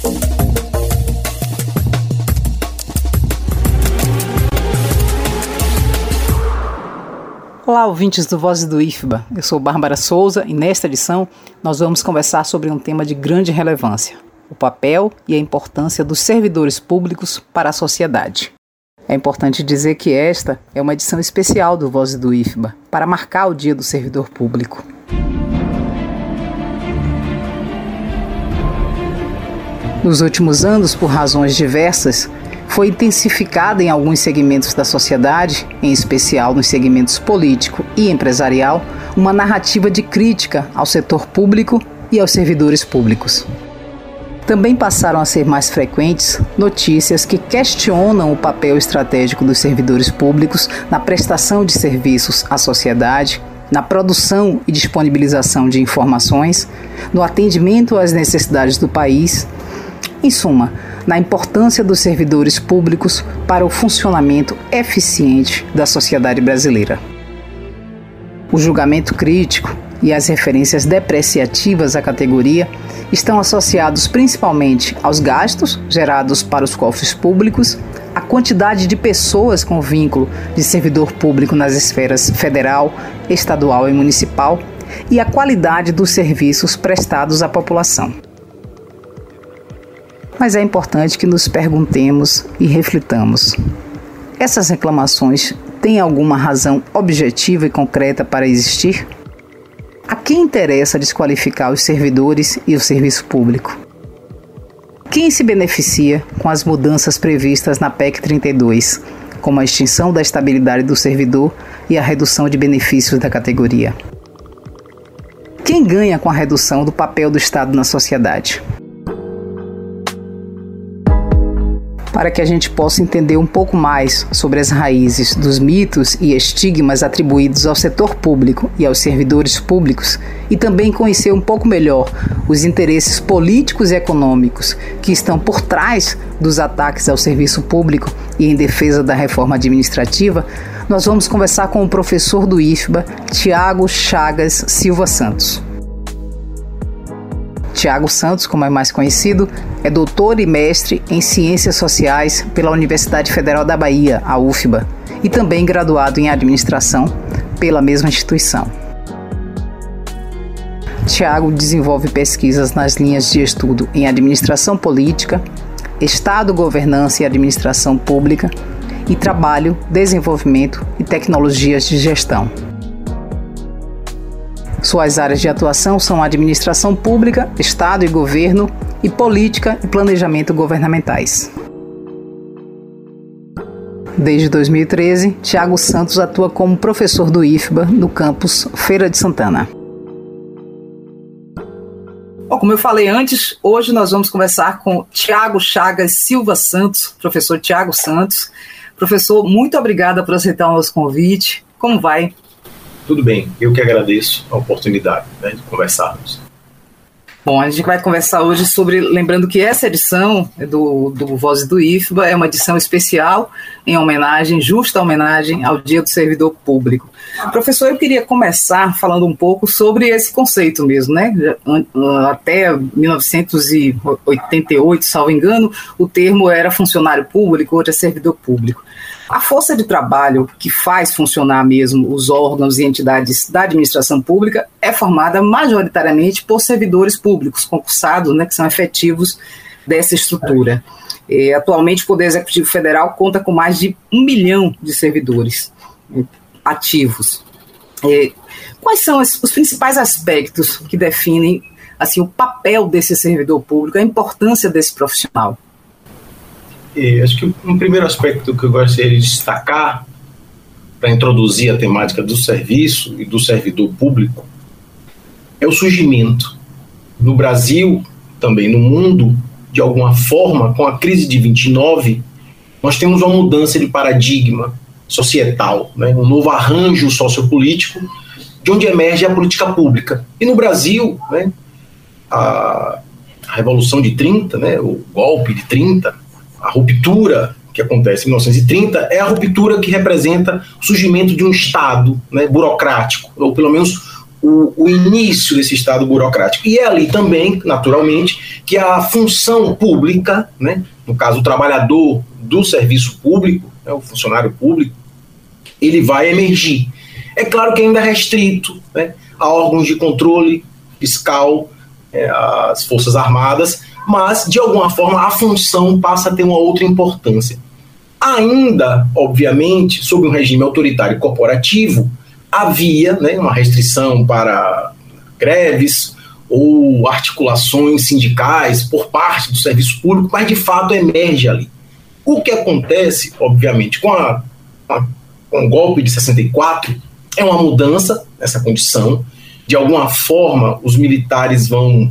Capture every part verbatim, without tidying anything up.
Olá, ouvintes do Vozes do I F B A. Eu sou Bárbara Souza e nesta edição nós vamos conversar sobre um tema de grande relevância: o papel e a importância dos servidores públicos para a sociedade. É importante dizer que esta é uma edição especial do Vozes do I F B A para marcar o Dia do Servidor Público. Nos últimos anos, por razões diversas, foi intensificada em alguns segmentos da sociedade, em especial nos segmentos político e empresarial, uma narrativa de crítica ao setor público e aos servidores públicos. Também passaram a ser mais frequentes notícias que questionam o papel estratégico dos servidores públicos na prestação de serviços à sociedade, na produção e disponibilização de informações, no atendimento às necessidades do país. Em suma, na importância dos servidores públicos para o funcionamento eficiente da sociedade brasileira. O julgamento crítico e as referências depreciativas à categoria estão associados principalmente aos gastos gerados para os cofres públicos, à quantidade de pessoas com vínculo de servidor público nas esferas federal, estadual e municipal e à qualidade dos serviços prestados à população. Mas é importante que nos perguntemos e reflitamos: essas reclamações têm alguma razão objetiva e concreta para existir? A quem interessa desqualificar os servidores e o serviço público? Quem se beneficia com as mudanças previstas na P E C trinta e dois, como a extinção da estabilidade do servidor e a redução de benefícios da categoria? Quem ganha com a redução do papel do Estado na sociedade? Para que a gente possa entender um pouco mais sobre as raízes dos mitos e estigmas atribuídos ao setor público e aos servidores públicos, e também conhecer um pouco melhor os interesses políticos e econômicos que estão por trás dos ataques ao serviço público e em defesa da reforma administrativa, nós vamos conversar com o professor do I F B A, Tiago Chagas Silva Santos. Tiago Santos, como é mais conhecido, é doutor e mestre em Ciências Sociais pela Universidade Federal da Bahia, a U F B A, e também graduado em Administração pela mesma instituição. Tiago desenvolve pesquisas nas linhas de estudo em Administração Política, Estado, Governança e Administração Pública e Trabalho, Desenvolvimento e Tecnologias de Gestão. Suas áreas de atuação são Administração Pública, Estado e Governo e Política e Planejamento Governamentais. Desde dois mil e treze, Tiago Santos atua como professor do I F B A no campus Feira de Santana. Bom, como eu falei antes, hoje nós vamos conversar com Tiago Chagas Silva Santos, professor Tiago Santos. Professor, muito obrigada por aceitar o nosso convite. Como vai? Tudo bem, eu que agradeço a oportunidade, né, de conversarmos. Bom, a gente vai conversar hoje sobre, lembrando que essa edição do, do Vozes do I F B A é uma edição especial em homenagem, justa homenagem ao Dia do Servidor Público. Professor, eu queria começar falando um pouco sobre esse conceito mesmo, né? Até mil novecentos e oitenta e oito, salvo engano, o termo era funcionário público, hoje é servidor público. A força de trabalho que faz funcionar mesmo os órgãos e entidades da administração pública é formada majoritariamente por servidores públicos concursados, né, que são efetivos dessa estrutura. É, atualmente, o Poder Executivo Federal conta com mais de um milhão de servidores é, ativos. É, quais são as, os principais aspectos que definem assim, o papel desse servidor público, a importância desse profissional? E acho que um primeiro aspecto que eu gostaria de destacar para introduzir a temática do serviço e do servidor público é o surgimento no Brasil, também no mundo, de alguma forma, com a crise de vinte e nove, nós temos uma mudança de paradigma societal, né? Um novo arranjo sociopolítico, de onde emerge a política pública. E no Brasil, né, a, a Revolução de trinta, né, o golpe de trinta, a ruptura que acontece em mil novecentos e trinta é a ruptura que representa o surgimento de um Estado, né, burocrático, ou pelo menos o, o início desse Estado burocrático. E é ali também, naturalmente, que a função pública, né, no caso o trabalhador do serviço público, né, o funcionário público, ele vai emergir. É claro que ainda é restrito, né, a órgãos de controle fiscal, é, as Forças Armadas, mas, de alguma forma, a função passa a ter uma outra importância. Ainda, obviamente, sob um regime autoritário corporativo, havia, né, uma restrição para greves ou articulações sindicais por parte do serviço público, mas de fato emerge ali. O que acontece, obviamente, com, a, a, com o golpe de sessenta e quatro é uma mudança nessa condição. De alguma forma, os militares vão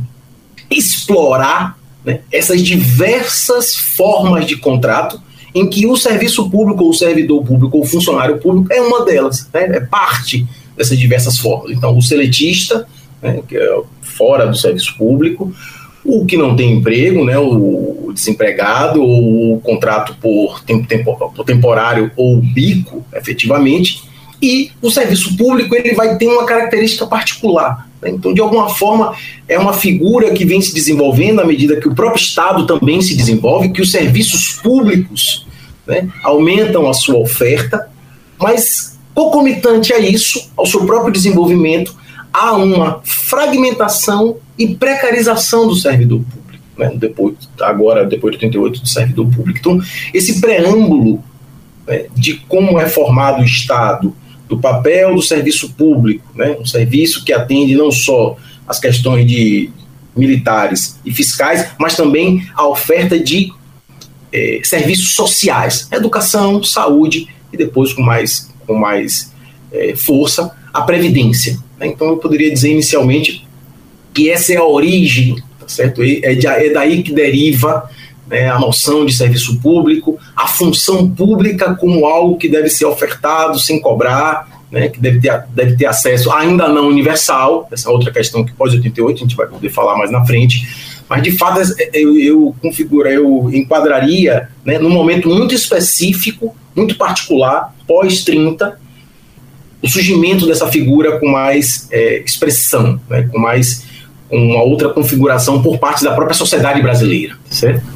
explorar, né, essas diversas formas de contrato em que o serviço público, ou o servidor público, ou o funcionário público é uma delas, né, é parte dessas diversas formas. Então, o seletista, né, que é fora do serviço público, o que não tem emprego, né, o desempregado, ou o contrato por, tempo, tempo, por temporário ou bico, efetivamente, e o serviço público ele vai ter uma característica particular. Né? Então, de alguma forma, é uma figura que vem se desenvolvendo à medida que o próprio Estado também se desenvolve, que os serviços públicos, né, aumentam a sua oferta, mas, concomitante a isso, ao seu próprio desenvolvimento, há uma fragmentação e precarização do servidor público, né, depois, agora, depois de oitenta e oito, do servidor público. Então, esse preâmbulo, né, de como é formado o Estado, do papel do serviço público, né, um serviço que atende não só as questões de militares e fiscais, mas também a oferta de eh, serviços sociais, educação, saúde e depois com mais, com mais eh, força, a previdência. Né? Então eu poderia dizer inicialmente que essa é a origem, tá certo? É, de, é daí que deriva, né, a noção de serviço público, a função pública como algo que deve ser ofertado sem cobrar, né, que deve ter, deve ter acesso ainda não universal, essa outra questão que pós oitenta e oito a gente vai poder falar mais na frente, mas de fato eu, eu configuro, eu enquadraria, né, num momento muito específico, muito particular, pós trinta, o surgimento dessa figura com mais é, expressão, né, com mais uma outra configuração por parte da própria sociedade brasileira, certo?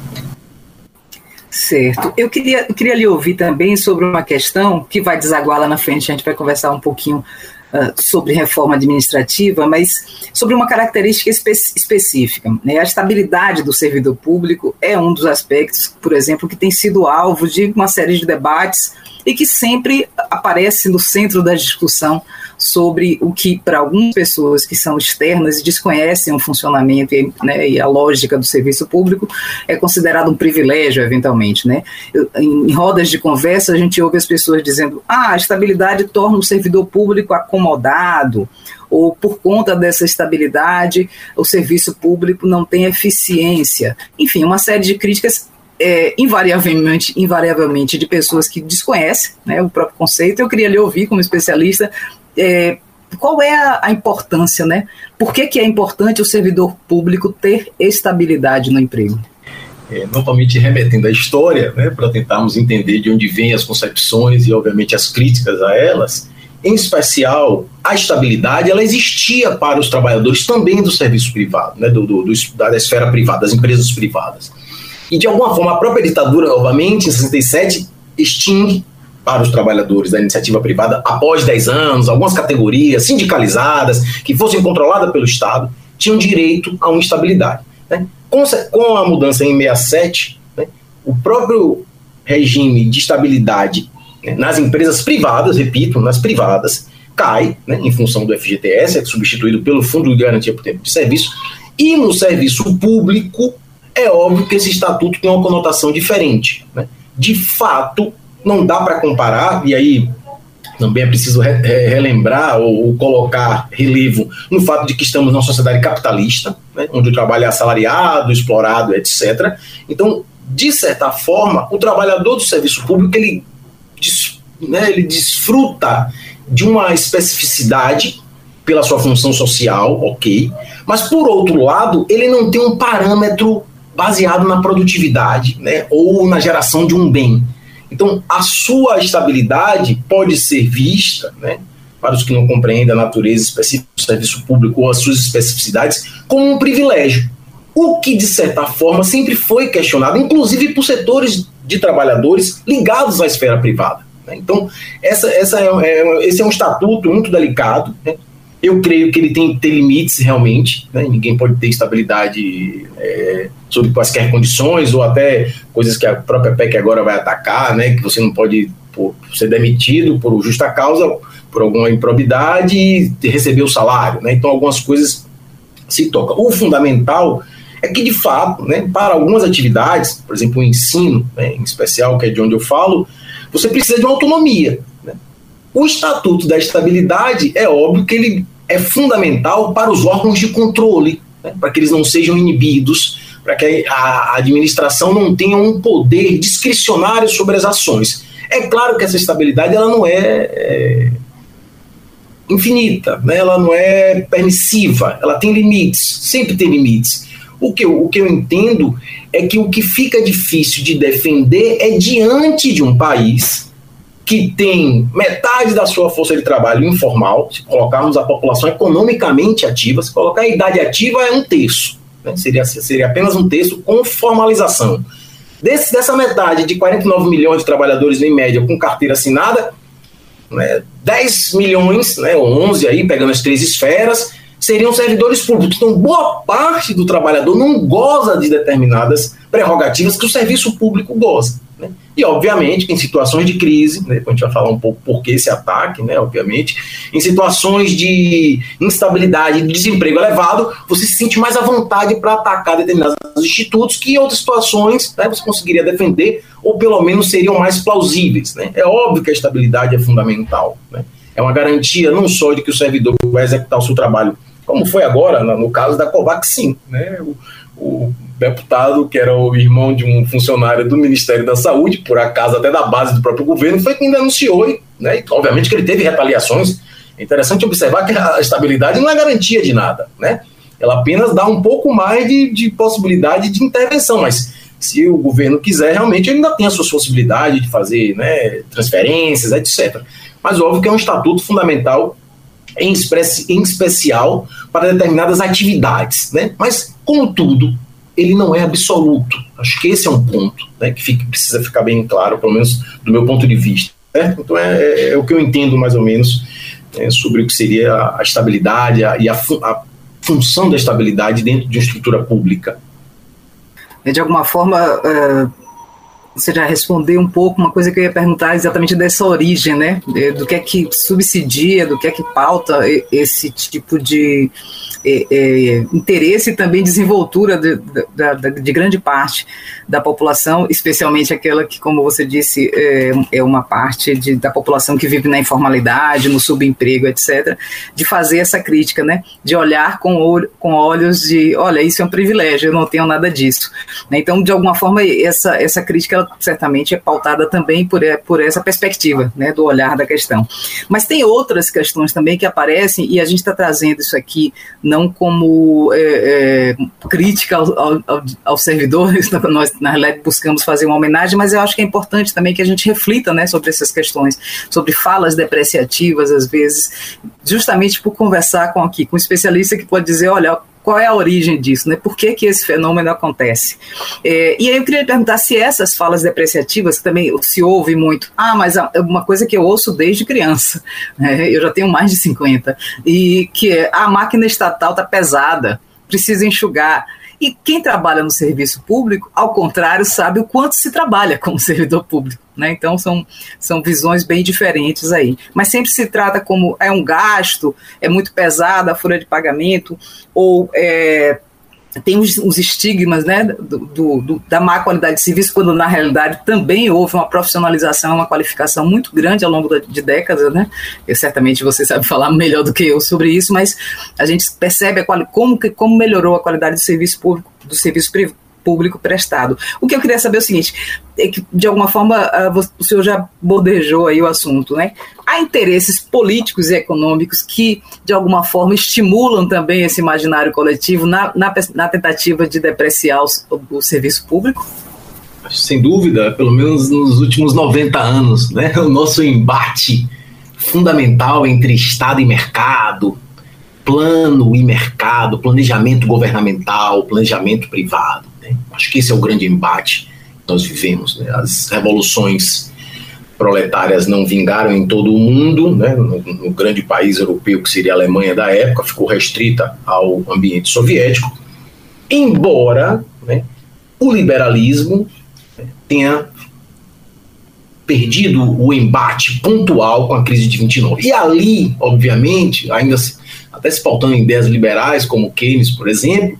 Certo. Eu queria, eu queria lhe ouvir também sobre uma questão que vai desaguar lá na frente, a gente vai conversar um pouquinho uh, sobre reforma administrativa, mas sobre uma característica espe- específica. Né? A estabilidade do servidor público é um dos aspectos, por exemplo, que tem sido alvo de uma série de debates e que sempre aparece no centro da discussão sobre o que, para algumas pessoas que são externas e desconhecem o funcionamento e, né, e a lógica do serviço público, é considerado um privilégio, eventualmente. Né? Eu, em rodas de conversa, a gente ouve as pessoas dizendo: ah, a estabilidade torna o servidor público acomodado, ou por conta dessa estabilidade, o serviço público não tem eficiência. Enfim, uma série de críticas É, invariavelmente, invariavelmente de pessoas que desconhecem, né, o próprio conceito. Eu queria lhe ouvir como especialista, é, qual é a, a importância, né? Por que, que é importante o servidor público ter estabilidade no emprego? É, novamente remetendo à história, né, para tentarmos entender de onde vêm as concepções e obviamente as críticas a elas, em especial a estabilidade, ela existia para os trabalhadores também do serviço privado, né, do, do, do, da esfera privada, das empresas privadas. E, de alguma forma, a própria ditadura, novamente, em sessenta e sete, extingue para os trabalhadores da iniciativa privada, após dez anos, algumas categorias sindicalizadas, que fossem controladas pelo Estado, tinham direito a uma estabilidade. Né? Com, com a mudança em sessenta e sete, né, o próprio regime de estabilidade, né, nas empresas privadas, repito, nas privadas, cai, né, em função do F G T S, é substituído pelo Fundo de Garantia por Tempo de Serviço, e no serviço público, é óbvio que esse estatuto tem uma conotação diferente. Né? De fato, não dá para comparar, e aí também é preciso re- relembrar ou, ou colocar relevo no fato de que estamos numa sociedade capitalista, né? Onde o trabalho é assalariado, explorado, etcétera. Então, de certa forma, o trabalhador do serviço público ele, des, né, ele desfruta de uma especificidade pela sua função social, ok, mas, por outro lado, ele não tem um parâmetro baseado na produtividade, né, ou na geração de um bem. Então, a sua estabilidade pode ser vista, né, para os que não compreendem a natureza específica do serviço público ou as suas especificidades, como um privilégio. O que, de certa forma, sempre foi questionado, inclusive por setores de trabalhadores ligados à esfera privada. Né? Então, essa, essa é, é, esse é um estatuto muito delicado, né? Eu creio que ele tem que ter limites, realmente, né? Ninguém pode ter estabilidade é, sob quaisquer condições, ou até coisas que a própria P E C agora vai atacar, né? Que você não pode por, ser demitido por justa causa, por alguma improbidade, e receber o salário, né? Então, algumas coisas se tocam. O fundamental é que, de fato, né, para algumas atividades, por exemplo, o ensino, né, em especial, que é de onde eu falo, você precisa de uma autonomia. Né? O Estatuto da Estabilidade, é óbvio que ele é fundamental para os órgãos de controle, né, para que eles não sejam inibidos, para que a administração não tenha um poder discricionário sobre as ações. É claro que essa estabilidade ela não é, é infinita, né, ela não é permissiva, ela tem limites, sempre tem limites. O que, eu, o que eu entendo é que o que fica difícil de defender é diante de um país que tem metade da sua força de trabalho informal, se colocarmos a população economicamente ativa, se colocar a idade ativa é um terço, né? seria, seria apenas um terço com formalização. Desse, dessa metade de quarenta e nove milhões de trabalhadores em média com carteira assinada, né, dez milhões, né, ou onze aí, pegando as três esferas, seriam servidores públicos. Então, boa parte do trabalhador não goza de determinadas prerrogativas que o serviço público goza. Né? E, obviamente, que em situações de crise, né, a gente vai falar um pouco por que esse ataque, né, obviamente, em situações de instabilidade, de desemprego elevado, você se sente mais à vontade para atacar determinados institutos que em outras situações, né, você conseguiria defender, ou pelo menos seriam mais plausíveis. Né? É óbvio que a estabilidade é fundamental. Né? É uma garantia não só de que o servidor vai executar o seu trabalho, como foi agora, no caso da Covaxin, né? O, o deputado, que era o irmão de um funcionário do Ministério da Saúde, por acaso até da base do próprio governo, foi quem denunciou, né? E, obviamente que ele teve retaliações. É interessante observar que a estabilidade não é garantia de nada, né? Ela apenas dá um pouco mais de, de possibilidade de intervenção, mas se o governo quiser, realmente ele ainda tem as suas possibilidades de fazer, né, transferências, etcétera. Mas óbvio que é um estatuto fundamental, em, express, em especial para determinadas atividades, né? Mas, como tudo, ele não é absoluto. Acho que esse é um ponto, né, que fica, precisa ficar bem claro, pelo menos do meu ponto de vista. Né? Então é, é o que eu entendo mais ou menos, né, sobre o que seria a estabilidade a, e a, fu- a função da estabilidade dentro de uma estrutura pública. De alguma forma, uh, você já respondeu um pouco uma coisa que eu ia perguntar exatamente dessa origem, né? Do que é que subsidia, do que é que pauta esse tipo de é, é, interesse e também desenvoltura de, de, de grande parte da população, especialmente aquela que, como você disse, é, é uma parte de, da população que vive na informalidade, no subemprego, etcétera, de fazer essa crítica, né? De olhar com, olho, com olhos de, olha, isso é um privilégio, eu não tenho nada disso. Então, de alguma forma, essa, essa crítica, ela certamente é pautada também por, por essa perspectiva, né, do olhar da questão. Mas tem outras questões também que aparecem, e a gente está trazendo isso aqui não como é, é, crítica ao, ao, aos servidores, nós, na realidade, buscamos fazer uma homenagem, mas eu acho que é importante também que a gente reflita, né, sobre essas questões, sobre falas depreciativas, às vezes, justamente por conversar com, aqui, com um especialista que pode dizer, olha, qual é a origem disso, né? Por que que esse fenômeno acontece? É, e aí eu queria perguntar se essas falas depreciativas, que também se ouve muito, ah, mas é uma coisa que eu ouço desde criança, né? Eu já tenho mais de cinquenta, e que é, a máquina estatal está pesada, precisa enxugar. E quem trabalha no serviço público, ao contrário, sabe o quanto se trabalha como servidor público, né? Então são, são visões bem diferentes aí. Mas sempre se trata como é um gasto, é muito pesada a folha de pagamento, ou é, tem os, os estigmas, né, do, do, do, da má qualidade de serviço, quando na realidade também houve uma profissionalização, uma qualificação muito grande ao longo de, de décadas, né? Eu, certamente você sabe falar melhor do que eu sobre isso, mas a gente percebe a quali, como, como melhorou a qualidade do serviço público, do serviço privado, público prestado. O que eu queria saber é o seguinte, é que de alguma forma o senhor já bordejou aí o assunto, né? Há interesses políticos e econômicos que de alguma forma estimulam também esse imaginário coletivo na, na, na tentativa de depreciar o, o serviço público? Sem dúvida, pelo menos nos últimos noventa anos, né? O nosso embate fundamental entre Estado e mercado, plano e mercado, planejamento governamental, planejamento privado, né? Acho que esse é o grande embate que nós vivemos, né? As revoluções proletárias não vingaram em todo o mundo, né? no, no grande país europeu, que seria a Alemanha da época, ficou restrita ao ambiente soviético, embora, né, o liberalismo, né, tenha perdido o embate pontual com a crise de vinte e nove. E ali, obviamente, ainda se, até se pautando em ideias liberais, como Keynes, por exemplo,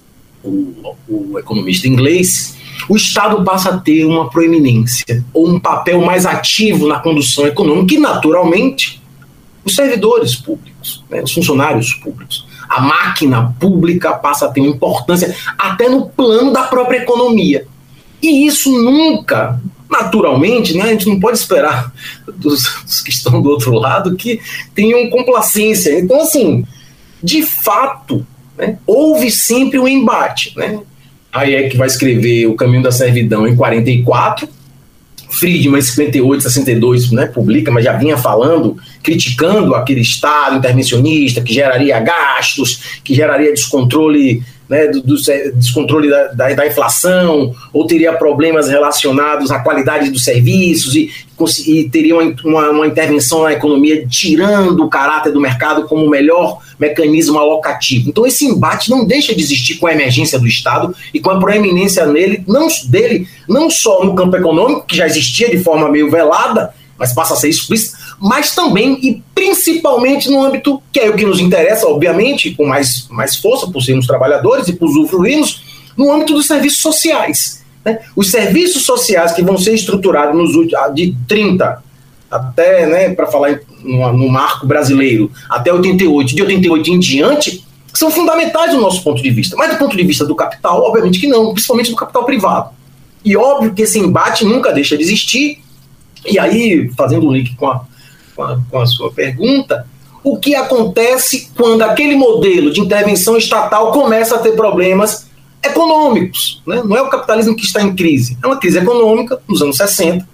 o, o economista inglês, o Estado passa a ter uma proeminência, ou um papel mais ativo na condução econômica, e, naturalmente, os servidores públicos, né, os funcionários públicos. A máquina pública passa a ter uma importância até no plano da própria economia. E isso nunca, naturalmente, né, a gente não pode esperar dos, dos que estão do outro lado que tenham complacência. Então, assim, de fato, né, houve sempre um embate, né? Hayek vai escrever O Caminho da Servidão em quarenta e quatro, Friedman em cinquenta e oito, sessenta e dois, né, publica, mas já vinha falando, criticando aquele Estado intervencionista que geraria gastos, que geraria descontrole, né, do, do descontrole da, da, da inflação, ou teria problemas relacionados à qualidade dos serviços e, e teria uma, uma, uma intervenção na economia tirando o caráter do mercado como o melhor mecanismo alocativo. Então esse embate não deixa de existir com a emergência do Estado e com a proeminência nele, não, dele, não só no campo econômico, que já existia de forma meio velada, mas passa a ser explícita, mas também e principalmente no âmbito que é o que nos interessa, obviamente, com mais, mais força, por sermos trabalhadores e por usufruirmos, no âmbito dos serviços sociais, né? Os serviços sociais que vão ser estruturados nos últimos, de trinta até, né, para falar no, no marco brasileiro, até oitenta e oito, de oitenta e oito em diante, são fundamentais do nosso ponto de vista. Mas do ponto de vista do capital, obviamente que não, principalmente do capital privado. E óbvio que esse embate nunca deixa de existir. E aí, fazendo um link com a, com a, com a sua pergunta, o que acontece quando aquele modelo de intervenção estatal começa a ter problemas econômicos, né? Não é o capitalismo que está em crise, é uma crise econômica nos anos sessenta,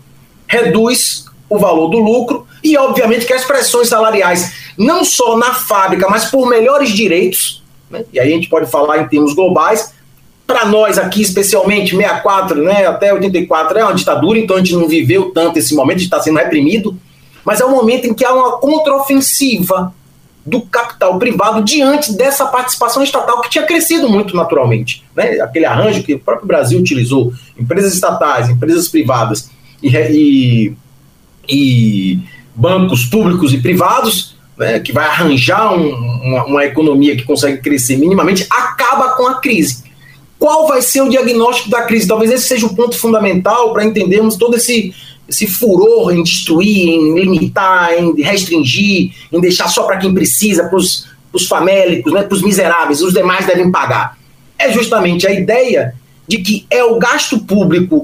reduz o valor do lucro e, obviamente, que as pressões salariais, não só na fábrica, mas por melhores direitos, né? E aí a gente pode falar em termos globais. Para nós aqui, especialmente, sessenta e quatro, né, até oitenta e quatro é uma ditadura, então a gente não viveu tanto esse momento, a gente está sendo reprimido, mas é um momento em que há uma contraofensiva do capital privado diante dessa participação estatal que tinha crescido muito naturalmente, né? Aquele arranjo que o próprio Brasil utilizou, empresas estatais, empresas privadas e, e, e bancos públicos e privados, né, que vai arranjar um, uma, uma economia que consegue crescer minimamente, acaba com a crise. Qual vai ser o diagnóstico da crise? Talvez esse seja o ponto fundamental para entendermos todo esse, esse furor em destruir, em limitar, em restringir, em deixar só para quem precisa, para os famélicos, né, para os miseráveis, os demais devem pagar. É justamente a ideia de que é o gasto público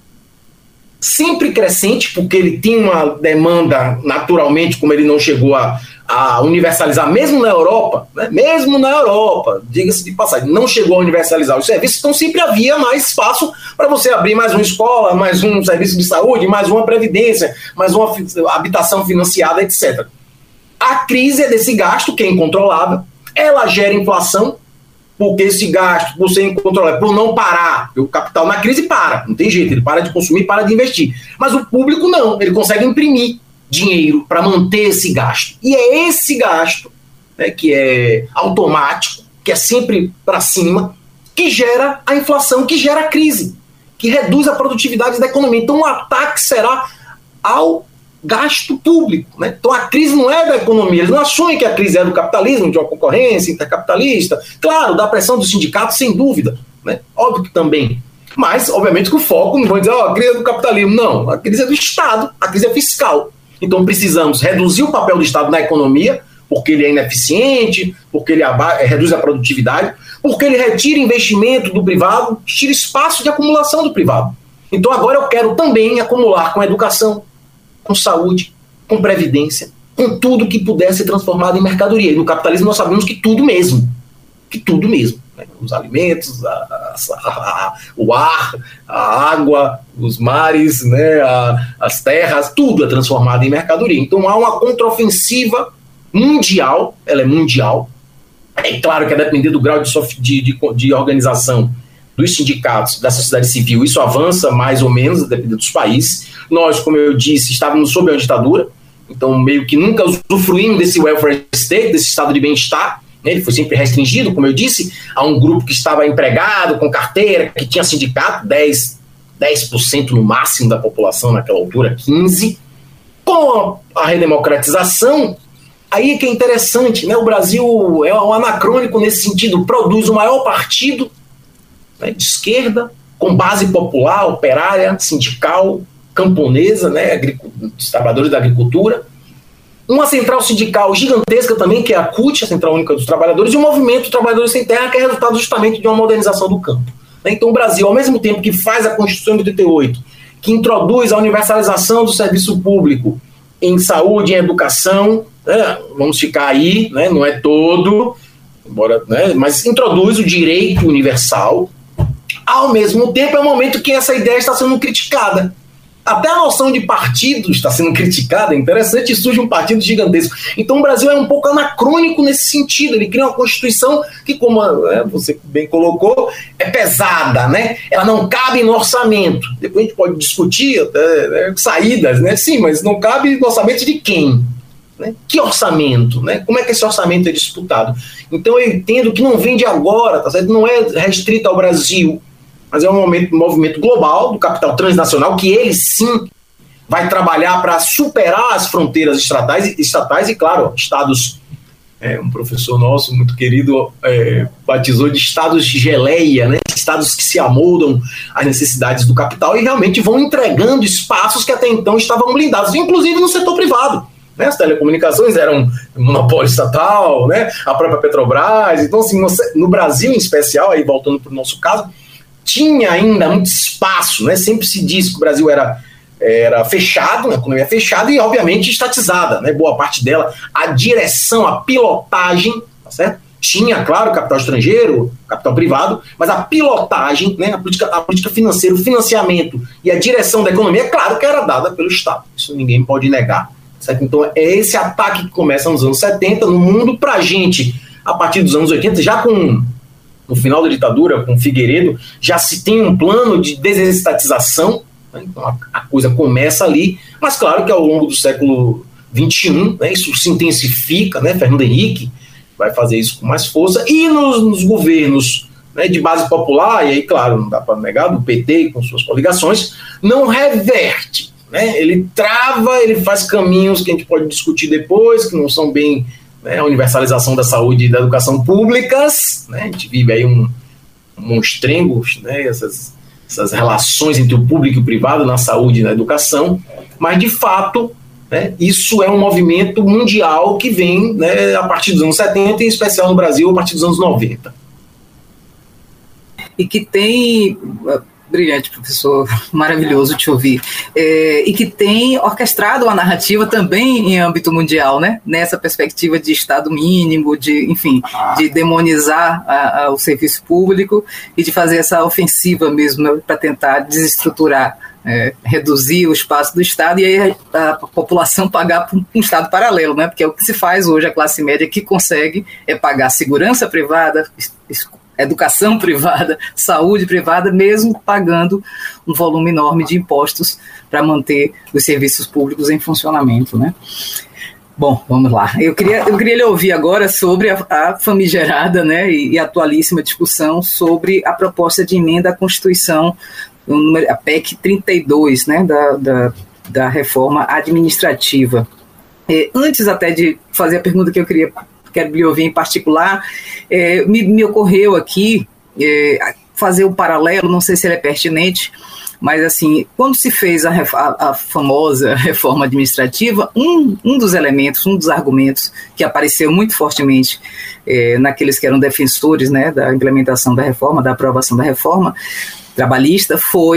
sempre crescente, porque ele tem uma demanda naturalmente, como ele não chegou a, a universalizar, mesmo na Europa, né? mesmo na Europa, diga-se de passagem, não chegou a universalizar os serviços, então sempre havia mais espaço para você abrir mais uma escola, mais um serviço de saúde, mais uma previdência, mais uma habitação financiada, etcétera. A crise é desse gasto, que é incontrolável, ela gera inflação, porque esse gasto, por ser incontrolável, por não parar, o capital na crise para, não tem jeito, ele para de consumir, para de investir. Mas o público não, ele consegue imprimir dinheiro para manter esse gasto. E é esse gasto, né, que é automático, que é sempre para cima, que gera a inflação, que gera a crise, que reduz a produtividade da economia. Então o ataque será ao gasto público, né? Então a crise não é da economia, eles não assumem que a crise é do capitalismo, de uma concorrência intercapitalista, claro, da pressão dos sindicatos, sem dúvida, né? Óbvio que também, mas obviamente que o foco não vai dizer, ó, oh, a crise é do capitalismo, não, a crise é do Estado, a crise é fiscal, então precisamos reduzir o papel do Estado na economia, porque ele é ineficiente, porque ele reduz a produtividade, porque ele retira investimento do privado, tira espaço de acumulação do privado. Então agora eu quero também acumular com educação, com saúde, com previdência, com tudo que puder ser transformado em mercadoria. E no capitalismo nós sabemos que tudo mesmo, que tudo mesmo. né? Os alimentos, a, a, a, o ar, a água, os mares, né? a, as terras, tudo é transformado em mercadoria. Então há uma contraofensiva mundial, ela é mundial. É claro que a depender do grau de, de, de, de organização dos sindicatos, da sociedade civil, isso avança mais ou menos, dependendo dos países. Nós, como eu disse, estávamos sob a ditadura, então meio que nunca usufruímos desse welfare state, desse estado de bem-estar, né? Ele foi sempre restringido, como eu disse, a um grupo que estava empregado, com carteira, que tinha sindicato, dez por cento no máximo da população naquela altura, quinze por cento. Com a redemocratização, aí é que é interessante, né? O Brasil é um anacrônico nesse sentido, produz o maior partido, né, de esquerda, com base popular, operária, sindical, camponesa, né, dos trabalhadores da agricultura, uma central sindical gigantesca também, que é a C U T, a Central Única dos Trabalhadores, e o Movimento dos Trabalhadores Sem Terra, que é resultado justamente de uma modernização do campo. Então o Brasil, ao mesmo tempo que faz a Constituição de oitenta e oito, que introduz a universalização do serviço público em saúde, em educação, né, vamos ficar aí, né, não é todo, embora, né, mas introduz o direito universal. Ao mesmo tempo, é um momento que essa ideia está sendo criticada. Até a noção de partido está sendo criticada, é interessante, e surge um partido gigantesco. Então o Brasil é um pouco anacrônico nesse sentido, ele cria uma Constituição que, como né, você bem colocou, é pesada, né? Ela não cabe no orçamento. Depois a gente pode discutir até, né, saídas, né? Sim, mas não cabe no orçamento de quem? Né? Que orçamento? Né? Como é que esse orçamento é disputado? Então eu entendo que não vem de agora, tá certo? Não é restrito ao Brasil, mas é um momento, um movimento global do capital transnacional que ele sim vai trabalhar para superar as fronteiras estatais, estatais e, claro, estados, é, um professor nosso muito querido é, batizou de estados de geleia, né? Estados que se amoldam às necessidades do capital e realmente vão entregando espaços que até então estavam blindados, inclusive no setor privado. Né? As telecomunicações eram um monopólio estatal, né? A própria Petrobras. Então, assim, no Brasil em especial, aí voltando para o nosso caso, tinha ainda muito espaço, né? Sempre se diz que o Brasil era, era fechado, né? A economia fechada e, obviamente, estatizada, né? Boa parte dela, a direção, a pilotagem, tá certo? Tinha, claro, capital estrangeiro, capital privado, mas a pilotagem, né? a, política, a política financeira, o financiamento e a direção da economia, claro que era dada pelo Estado. Isso ninguém pode negar, certo? Então, é esse ataque que começa nos anos setenta no mundo para a gente, a partir dos anos oitenta, já com... no final da ditadura, com Figueiredo, já se tem um plano de desestatização, né? Então a, a coisa começa ali, mas claro que ao longo do século vinte e um, né, isso se intensifica, né? Fernando Henrique vai fazer isso com mais força, e nos, nos governos, né, de base popular, e aí claro, não dá para negar, do P T com suas coligações, não reverte, né? Ele trava, ele faz caminhos que a gente pode discutir depois, que não são bem... Né, a universalização da saúde e da educação públicas, né, a gente vive aí um, um monstrengo, né, essas, essas relações entre o público e o privado na saúde e na educação, mas de fato, né, isso é um movimento mundial que vem, né, a partir dos anos setenta, em especial no Brasil, a partir dos anos noventa. E que tem... Brilhante, professor, maravilhoso te ouvir. É, e que tem orquestrado a narrativa também em âmbito mundial, né? Nessa perspectiva de Estado mínimo, de, enfim, de demonizar a, a, o serviço público e de fazer essa ofensiva mesmo, né, para tentar desestruturar, é, reduzir o espaço do Estado e aí a, a população pagar por um Estado paralelo, né? Porque é o que se faz hoje, a classe média que consegue é pagar segurança privada, educação privada, saúde privada, mesmo pagando um volume enorme de impostos para manter os serviços públicos em funcionamento, né? Bom, vamos lá. Eu queria, eu queria lhe ouvir agora sobre a, a famigerada, né, e, e atualíssima discussão sobre a proposta de emenda à Constituição, a P E C trinta e dois, né, da, da, da reforma administrativa. É, antes até de fazer a pergunta que eu queria quero lhe ouvir em particular, é, me, me ocorreu aqui é, fazer um paralelo, não sei se ele é pertinente, mas assim, quando se fez a, a, a famosa reforma administrativa, um, um dos elementos, um dos argumentos que apareceu muito fortemente é, naqueles que eram defensores, né, da implementação da reforma, da aprovação da reforma trabalhista, foi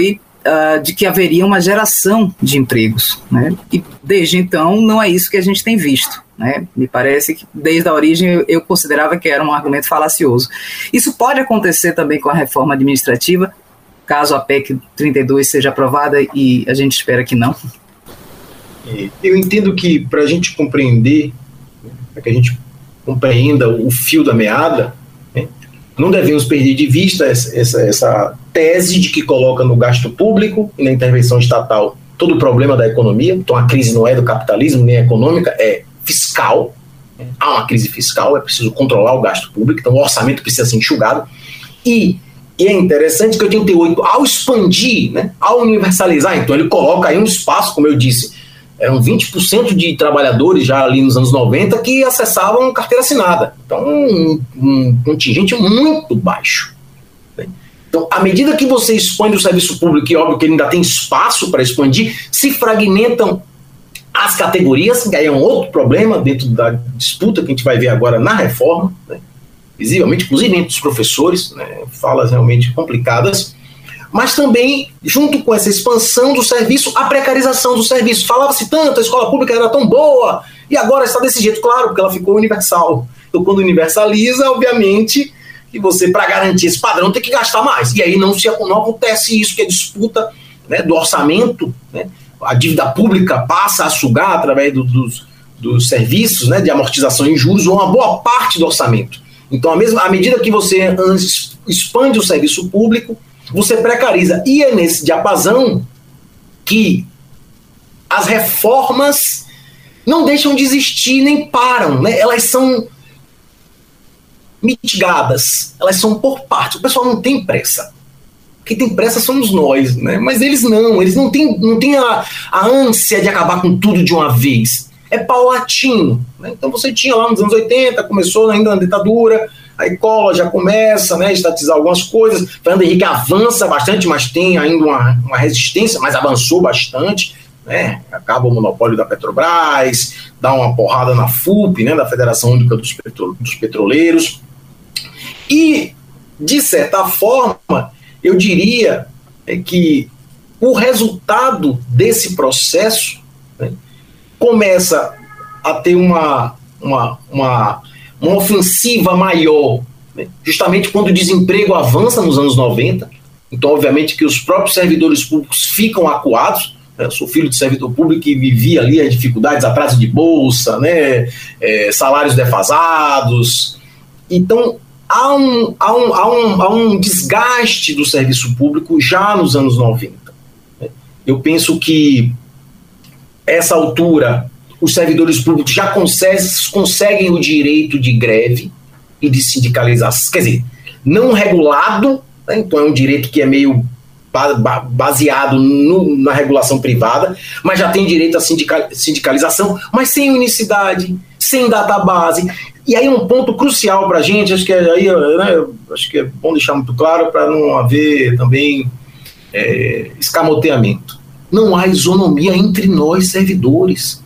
uh, de que haveria uma geração de empregos, né? E desde então não é isso que a gente tem visto, né? Me parece que desde a origem eu, eu considerava que era um argumento falacioso. Isso pode acontecer também com a reforma administrativa, caso a P E C trinta e dois seja aprovada, e a gente espera que não. Eu entendo que para a gente compreender, para que a gente compreenda o fio da meada, né, não devemos perder de vista essa, essa, essa tese de que coloca no gasto público e na intervenção estatal todo o problema da economia. Então a crise não é do capitalismo nem econômica, é fiscal. Há uma crise fiscal, é preciso controlar o gasto público, então o orçamento precisa ser enxugado. E E é interessante que o oitenta e oito, ao expandir, né, ao universalizar, então ele coloca aí um espaço, como eu disse, eram vinte por cento de trabalhadores já ali nos anos noventa que acessavam carteira assinada. Então, um, um contingente muito baixo. Né? Então, à medida que você expande o serviço público, e óbvio que ele ainda tem espaço para expandir, se fragmentam as categorias, que aí é um outro problema dentro da disputa que a gente vai ver agora na reforma, né? Visivelmente, inclusive entre os professores, né, falas realmente complicadas, mas também, junto com essa expansão do serviço, a precarização do serviço. Falava-se tanto, a escola pública era tão boa, e agora está desse jeito, claro, porque ela ficou universal. Então, quando universaliza, obviamente, que você, para garantir esse padrão, tem que gastar mais. E aí não, se, não acontece isso, que a disputa, né, do orçamento, né, a dívida pública passa a sugar através do, dos, dos serviços, né, de amortização em juros, uma boa parte do orçamento. Então, à, mesma, à medida que você expande o serviço público, você precariza. E é nesse diapasão que as reformas não deixam de existir nem param, né? Elas são mitigadas, elas são por partes. O pessoal não tem pressa. Quem tem pressa somos nós, né? Mas eles não, eles não têm, não têm a, a ânsia de acabar com tudo de uma vez. É paulatino, né? Então você tinha lá nos anos oitenta, começou ainda na ditadura, aí Collor já começa, né, a estatizar algumas coisas, Fernando Henrique avança bastante, mas tem ainda uma, uma resistência, mas avançou bastante, né? Acaba o monopólio da Petrobras, dá uma porrada na F U P, né, da Federação Única dos, Petro, dos Petroleiros, e, de certa forma, eu diria é, que o resultado desse processo, né, começa a ter uma, uma, uma, uma ofensiva maior, né? Justamente quando o desemprego avança nos anos noventa. Então, obviamente, que os próprios servidores públicos ficam acuados. Né? Eu sou filho de servidor público e vivia ali as dificuldades, atraso de bolsa, né? É, salários defasados. Então, há um, há, um, há, um, há um desgaste do serviço público já nos anos noventa. Né? Eu penso que essa altura, os servidores públicos já conseguem, conseguem o direito de greve e de sindicalização, quer dizer, não regulado, né? Então é um direito que é meio baseado no, na regulação privada, mas já tem direito à sindical, sindicalização, mas sem unicidade, sem database. E aí um ponto crucial para a gente, acho que, é, aí, né, acho que é bom deixar muito claro para não haver também é, escamoteamento. Não há isonomia entre nós, servidores.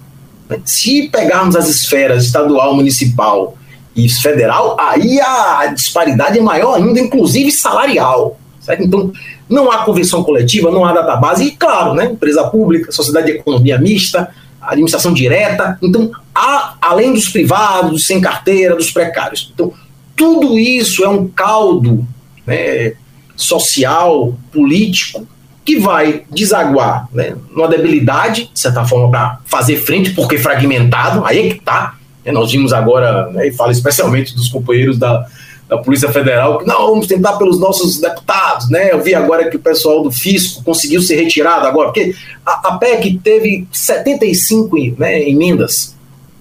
Se pegarmos as esferas estadual, municipal e federal, aí a disparidade é maior ainda, inclusive salarial. Certo? Então, não há convenção coletiva, não há database, e claro, né, empresa pública, sociedade de economia mista, administração direta. Então, há, além dos privados, sem carteira, dos precários. Então, tudo isso é um caldo, né, social, político, que vai desaguar, né, numa debilidade, de certa forma, para fazer frente, porque fragmentado, aí é que está. Né, nós vimos agora, né, e falo especialmente dos companheiros da, da Polícia Federal, que não, vamos tentar pelos nossos deputados. Né, eu vi agora que o pessoal do Fisco conseguiu ser retirado agora, porque a, a P E C teve setenta e cinco, né, emendas.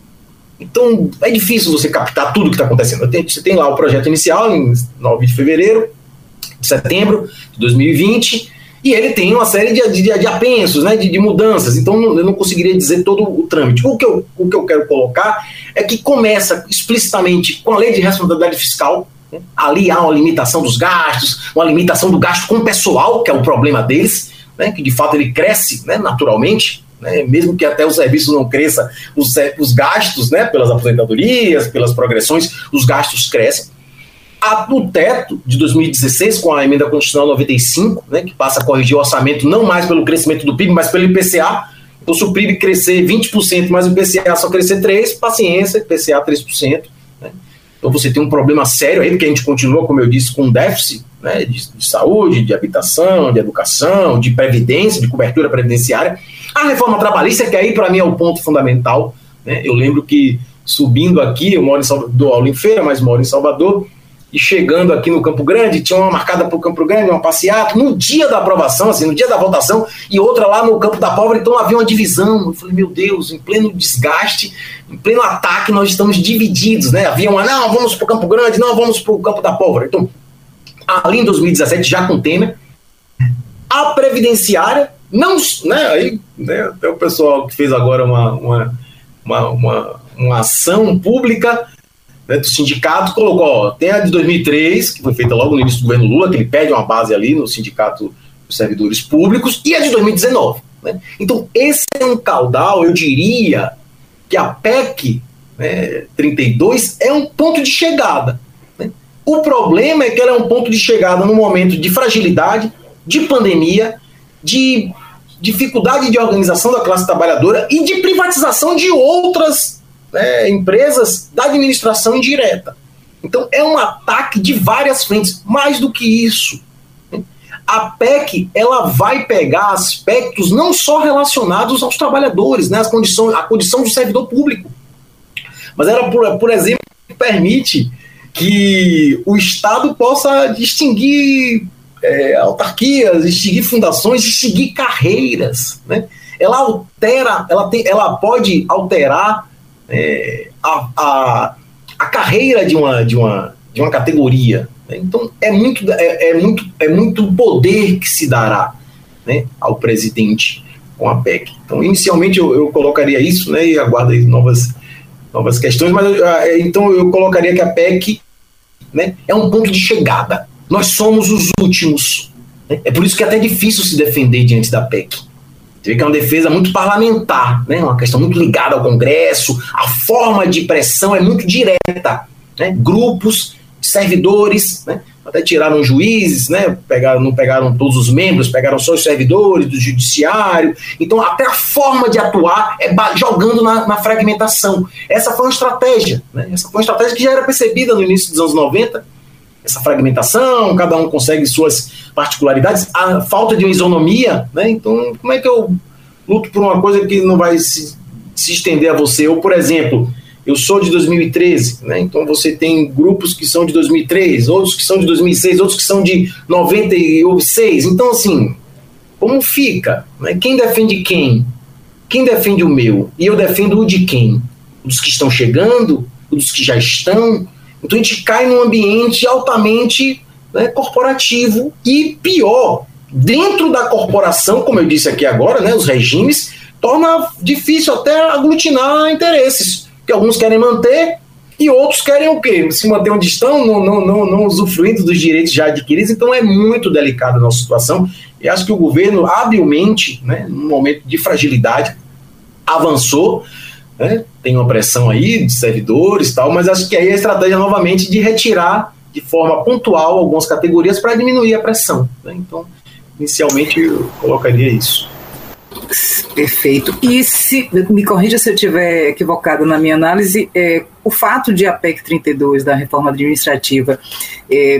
Então, é difícil você captar tudo que está acontecendo. Você tem lá o projeto inicial, em nove de fevereiro, de setembro de dois mil e vinte, e ele tem uma série de, de, de apensos, né, de, de mudanças. Então eu não conseguiria dizer todo o trâmite. O que, eu, o que eu quero colocar é que começa explicitamente com a lei de responsabilidade fiscal, né? Ali há uma limitação dos gastos, uma limitação do gasto com o pessoal, que é o problema deles, né, que de fato ele cresce, né, naturalmente, né, mesmo que até o serviço não cresça, os, os gastos, né, pelas aposentadorias, pelas progressões, os gastos crescem. a, o teto de dois mil e dezesseis, com a emenda constitucional noventa e cinco, né, que passa a corrigir o orçamento não mais pelo crescimento do P I B, mas pelo I P C A. Então, se o P I B crescer vinte por cento, mas o I P C A só crescer três por cento, paciência, I P C A três por cento. Né? Então, você tem um problema sério aí, porque a gente continua, como eu disse, com um déficit, né, de, de saúde, de habitação, de educação, de previdência, de cobertura previdenciária. A reforma trabalhista, que aí, para mim, é o ponto fundamental. Né? Eu lembro que, subindo aqui, eu moro em Salvador, dou aula em Feira, mas moro em Salvador, e chegando aqui no Campo Grande, tinha uma marcada para o Campo Grande, uma passeata, no dia da aprovação, assim, no dia da votação, e outra lá no Campo da Pólvora, então havia uma divisão. Eu falei, meu Deus, em pleno desgaste, em pleno ataque, nós estamos divididos, né? Havia uma, não, vamos para o Campo Grande, não, vamos para o Campo da Pólvora. Então, ali em dois mil e dezessete, já com Temer, a previdenciária, não, né, aí, né, até o pessoal que fez agora uma, uma, uma, uma, uma ação pública, né, do sindicato, colocou, ó, tem a de dois mil e três, que foi feita logo no início do governo Lula, que ele pede uma base ali no sindicato dos servidores públicos, e a de dois mil e dezenove. Né? Então, esse é um caudal, eu diria, que a P E C, né, trinta e dois é um ponto de chegada. Né? O problema é que ela é um ponto de chegada num momento de fragilidade, de pandemia, de dificuldade de organização da classe trabalhadora e de privatização de outras, né, empresas da administração indireta. Então é um ataque de várias frentes. Mais do que isso, né? A P E C ela vai pegar aspectos não só relacionados aos trabalhadores, né, as condições, a condição do servidor público, mas ela, por, por exemplo, permite que o Estado possa distinguir É, autarquias, extinguir fundações, extinguir carreiras, né? Ela altera, ela, tem, ela pode alterar é, a, a, a carreira de uma, de uma, de uma categoria. Né? Então é muito, é, é, muito, é muito poder que se dará, né, ao presidente com a P E C. Então, inicialmente eu, eu colocaria isso, né, e aguardo aí novas, novas questões, mas eu, então eu colocaria que a P E C, né, é um ponto de chegada. Nós somos os últimos. Né? É por isso que é até difícil se defender diante da P E C. Você vê que é uma defesa muito parlamentar, né? Uma questão muito ligada ao Congresso, a forma de pressão é muito direta. Né? Grupos, servidores, né? Até tiraram juízes, né? Pegaram, não pegaram todos os membros, pegaram só os servidores do judiciário. Então, até a forma de atuar é jogando na, na fragmentação. Essa foi uma estratégia. Né? Essa foi uma estratégia que já era percebida no início dos anos noventa, essa fragmentação, cada um consegue suas particularidades, a falta de uma isonomia, né? Então, como é que eu luto por uma coisa que não vai se, se estender a você? Ou, por exemplo, eu sou de dois mil e treze, né? Então você tem grupos que são de dois mil e três, outros que são de dois mil e seis, outros que são de noventa e seis. Então, assim, como fica? Né? Quem defende quem? Quem defende o meu? E eu defendo o de quem? Dos que estão chegando? Dos que já estão? Então a gente cai num ambiente altamente, né, corporativo e pior, dentro da corporação, como eu disse aqui agora, né, os regimes, torna difícil até aglutinar interesses, que alguns querem manter e outros querem o quê? Se manter onde estão, não, não, não, não usufruindo dos direitos já adquiridos. Então é muito delicada a nossa situação e acho que o governo habilmente, né, num momento de fragilidade, avançou. Né? Tem uma pressão aí de servidores e tal, mas acho que aí a estratégia novamente de retirar de forma pontual algumas categorias para diminuir a pressão. Né? Então, inicialmente eu colocaria isso. Perfeito. E se, me corrija se eu estiver equivocado na minha análise, é, o fato de a P E C trinta e dois da reforma administrativa é,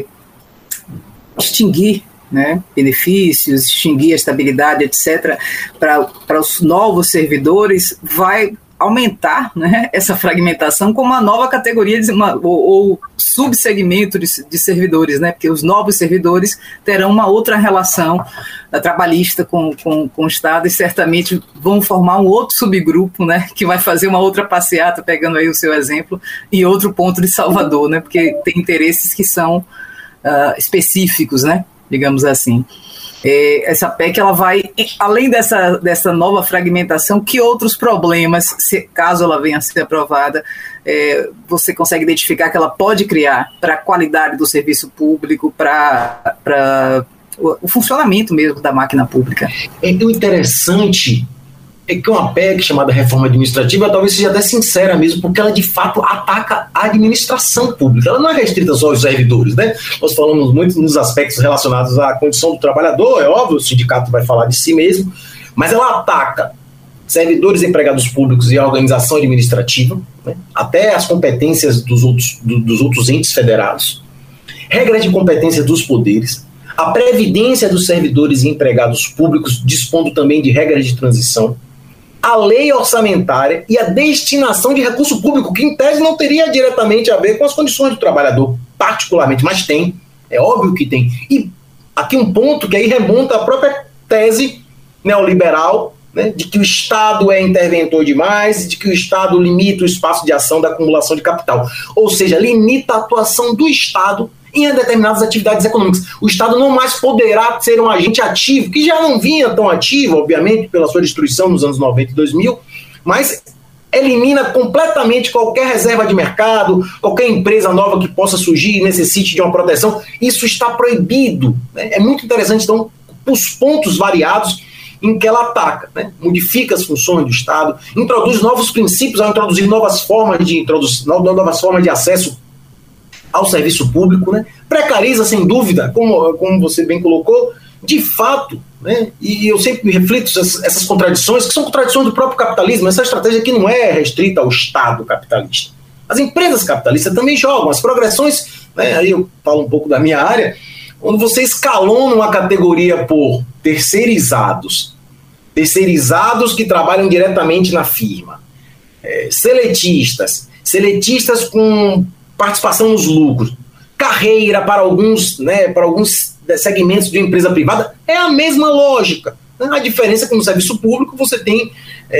extinguir, né, benefícios, extinguir a estabilidade, etcétera, para os novos servidores, vai aumentar, né, essa fragmentação com uma nova categoria de uma, ou, ou subsegmento de, de servidores, né, porque os novos servidores terão uma outra relação uh, trabalhista com, com, com o Estado e certamente vão formar um outro subgrupo, né, que vai fazer uma outra passeata, pegando aí o seu exemplo, e outro ponto de Salvador, né, porque tem interesses que são uh, específicos, né, digamos assim. É, essa P E C ela vai, além dessa, dessa nova fragmentação, que outros problemas, se, caso ela venha a ser aprovada, é, você consegue identificar que ela pode criar para a qualidade do serviço público, para o, o funcionamento mesmo da máquina pública? É interessante é que uma P E C chamada reforma administrativa talvez seja até sincera mesmo, porque ela de fato ataca a administração pública. Ela não é restrita só aos servidores, né? Nós falamos muito nos aspectos relacionados à condição do trabalhador, é óbvio, o sindicato vai falar de si mesmo, mas ela ataca servidores, empregados públicos e a organização administrativa, né? Até as competências dos outros, do, dos outros entes federados, regras de competência dos poderes, a previdência dos servidores e empregados públicos, dispondo também de regras de transição, a lei orçamentária e a destinação de recurso público, que em tese não teria diretamente a ver com as condições do trabalhador, particularmente, mas tem, é óbvio que tem. E aqui um ponto que aí remonta à própria tese neoliberal, né, de que o Estado é interventor demais, de que o Estado limita o espaço de ação da acumulação de capital. Ou seja, limita a atuação do Estado em determinadas atividades econômicas. O Estado não mais poderá ser um agente ativo, que já não vinha tão ativo, obviamente, pela sua destruição nos anos noventa e dois mil, mas elimina completamente qualquer reserva de mercado, qualquer empresa nova que possa surgir e necessite de uma proteção. Isso está proibido, né? É muito interessante, então, os pontos variados em que ela ataca, né? Modifica as funções do Estado, introduz novos princípios ao introduzir novas formas de, introduz, novas formas de acesso ao serviço público, né? Precariza, sem dúvida, como, como você bem colocou, de fato, né? E eu sempre reflito essas, essas contradições, que são contradições do próprio capitalismo. Essa estratégia aqui não é restrita ao Estado capitalista. As empresas capitalistas também jogam, as progressões, né? Aí eu falo um pouco da minha área, quando você escalona uma categoria por terceirizados, terceirizados que trabalham diretamente na firma, é, seletistas, seletistas com participação nos lucros, carreira para alguns, né, para alguns segmentos de empresa privada, é a mesma lógica. A diferença é que no serviço público você tem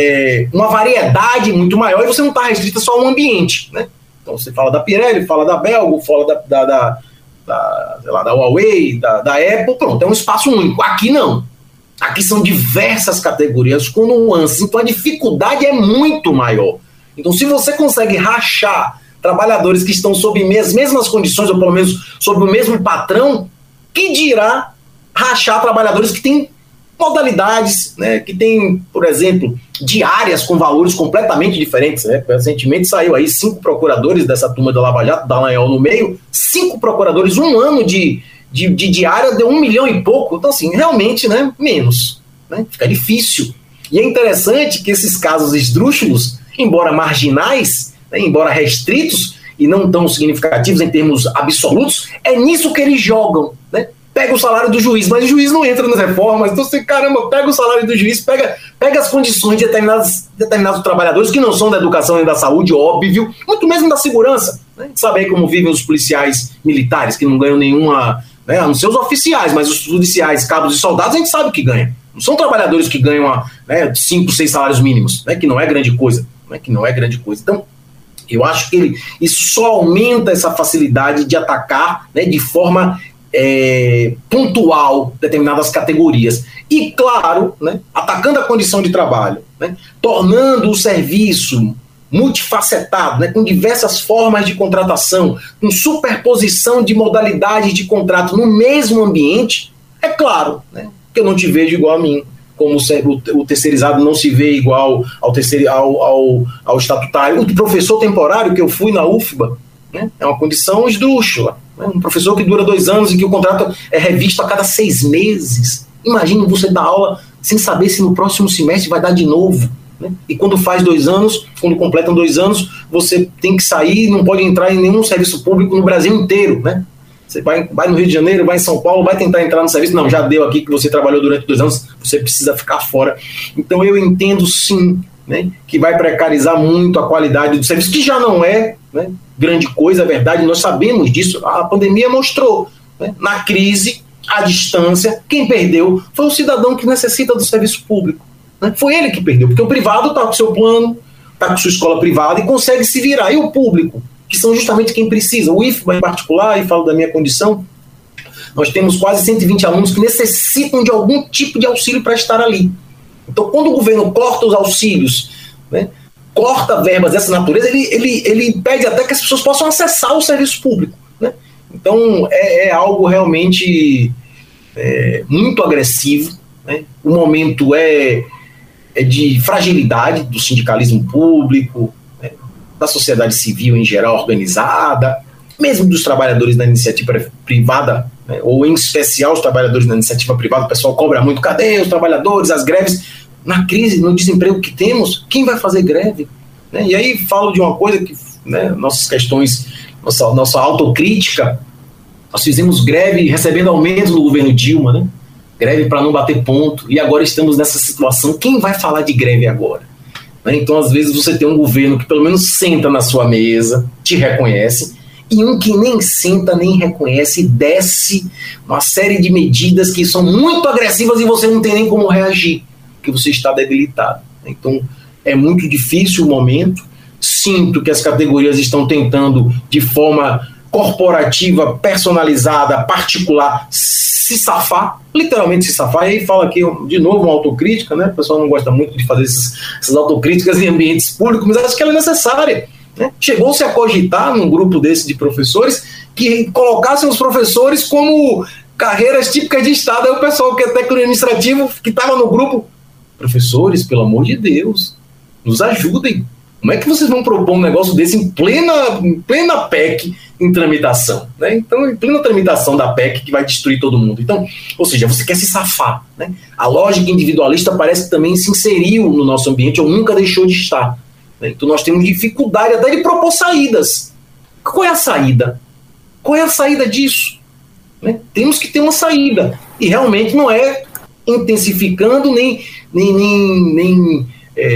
é, uma variedade muito maior e você não está restrita só a um ambiente, né? Então você fala da Pirelli, fala da Belgo, fala da, da, da, da, sei lá, da Huawei, da, da Apple, pronto, é um espaço único. Aqui não. Aqui são diversas categorias com nuances, então a dificuldade é muito maior. Então se você consegue rachar trabalhadores que estão sob as mesmas condições, ou pelo menos sob o mesmo patrão, que dirá rachar trabalhadores que têm modalidades, né, que têm, por exemplo, diárias com valores completamente diferentes, né? Recentemente saiu aí cinco procuradores dessa turma da Lava Jato, Dallagnol no meio, cinco procuradores, um ano de, de, de diária deu um milhão e pouco, então assim, realmente, né, menos, né? Fica difícil. E é interessante que esses casos esdrúxulos, embora marginais, né, embora restritos e não tão significativos em termos absolutos, é nisso que eles jogam, né? Pega o salário do juiz, mas o juiz não entra nas reformas, então você, caramba, pega o salário do juiz, pega, pega as condições de determinados, determinados trabalhadores que não são da educação e da saúde, óbvio, muito mesmo da segurança, né? Saber como vivem os policiais militares, que não ganham nenhuma, né, a não ser os oficiais, mas os policiais, cabos e soldados, a gente sabe que ganha. Não são trabalhadores que ganham, né, cinco, seis salários mínimos, né, que não é grande coisa, né, que não é grande coisa. Então, eu acho que ele, isso só aumenta essa facilidade de atacar, né, de forma é, pontual determinadas categorias. E, claro, né, atacando a condição de trabalho, né, tornando o serviço multifacetado, né, com diversas formas de contratação, com superposição de modalidades de contrato no mesmo ambiente, é claro, né, que eu não te vejo igual a mim. Como o terceirizado não se vê igual ao, terceiro, ao, ao, ao estatutário. O professor temporário que eu fui na U F B A, né, é uma condição esdrúxula. Né, um professor que dura dois anos e que o contrato é revisto a cada seis meses. Imagina você dar aula sem saber se no próximo semestre vai dar de novo. Né, e quando faz dois anos, quando completam dois anos, você tem que sair e não pode entrar em nenhum serviço público no Brasil inteiro, né? Você vai, vai no Rio de Janeiro, vai em São Paulo, vai tentar entrar no serviço. Não, já deu aqui que você trabalhou durante dois anos, você precisa ficar fora. Então eu entendo sim, né, que vai precarizar muito a qualidade do serviço, que já não é, né, grande coisa, é verdade, nós sabemos disso, a pandemia mostrou. Né, na crise, à distância, quem perdeu foi o cidadão que necessita do serviço público. Né, foi ele que perdeu, porque o privado está com seu plano, está com sua escola privada e consegue se virar. E o público? Que são justamente quem precisa. O I F B A em particular, e falo da minha condição, nós temos quase cento e vinte alunos que necessitam de algum tipo de auxílio para estar ali. Então, quando o governo corta os auxílios, né, corta verbas dessa natureza, ele, ele, ele impede até que as pessoas possam acessar o serviço público. Né? Então, é, é algo realmente é, muito agressivo. Né? O momento é, é de fragilidade do sindicalismo público, né, da sociedade civil em geral organizada, mesmo dos trabalhadores da iniciativa privada, né, ou em especial os trabalhadores da iniciativa privada. O pessoal cobra muito, cadê os trabalhadores, as greves? Na crise, no desemprego que temos, quem vai fazer greve? Né? E aí falo de uma coisa que, né, nossas questões, nossa, nossa autocrítica, nós fizemos greve recebendo aumentos do governo Dilma, né? Greve para não bater ponto, e agora estamos nessa situação. Quem vai falar de greve agora? Né? Então, às vezes, você tem um governo que pelo menos senta na sua mesa, te reconhece, e um que nem senta, nem reconhece, e desce uma série de medidas que são muito agressivas e você não tem nem como reagir, porque você está debilitado. Então, é muito difícil o momento. Sinto que as categorias estão tentando, de forma corporativa, personalizada, particular, se safar, literalmente se safar. E aí fala aqui, de novo, uma autocrítica, né? O pessoal não gosta muito de fazer esses, essas autocríticas em ambientes públicos, mas acho que ela é necessária. Né? Chegou-se a cogitar, num grupo desse de professores, que colocassem os professores como carreiras típicas de Estado. Aí o pessoal que é técnico administrativo, que estava no grupo, professores, pelo amor de Deus, nos ajudem. Como é que vocês vão propor um negócio desse em plena, em plena P E C em tramitação? Né? Então, em plena tramitação da P E C que vai destruir todo mundo. Então, ou seja, você quer se safar. Né? A lógica individualista parece que também se inseriu no nosso ambiente, ou nunca deixou de estar. Né? Então, nós temos dificuldade até de propor saídas. Qual é a saída? Qual é a saída disso? Né? Temos que ter uma saída. E realmente não é intensificando nem... nem, nem, nem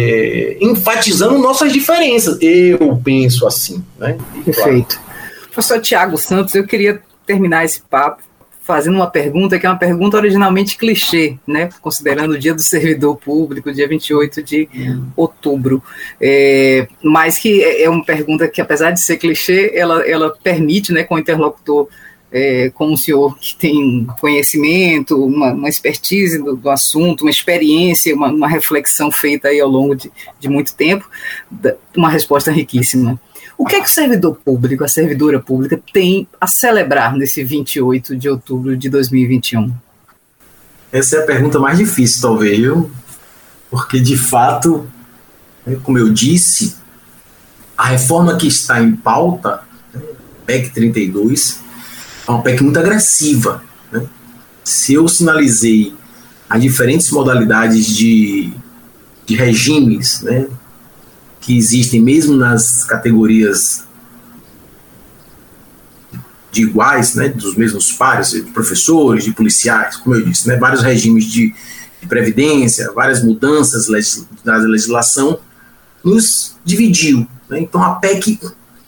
É, enfatizando nossas diferenças. Eu penso assim, né? Perfeito. Claro. Professor Tiago Santos, eu queria terminar esse papo fazendo uma pergunta que é uma pergunta originalmente clichê, né? Considerando o Dia do Servidor Público, dia vinte e oito de outubro, é, mas que é uma pergunta que, apesar de ser clichê, ela, ela permite, né, com o interlocutor É, como o senhor que tem conhecimento, uma, uma expertise do, do assunto, uma experiência, uma, uma reflexão feita aí ao longo de, de muito tempo, uma resposta riquíssima. O que é que o servidor público, a servidora pública, tem a celebrar nesse vinte e oito de outubro de dois mil e vinte e um? Essa é a pergunta mais difícil, talvez, viu? Porque, de fato, como eu disse, a reforma que está em pauta, P E C trinta e dois, é uma P E C muito agressiva. Né? Se eu sinalizei as diferentes modalidades de, de regimes, né, que existem mesmo nas categorias de iguais, né, dos mesmos pares, de professores, de policiais, como eu disse, né, vários regimes de, de previdência, várias mudanças legis, na legislação, nos dividiu. Né? Então a P E C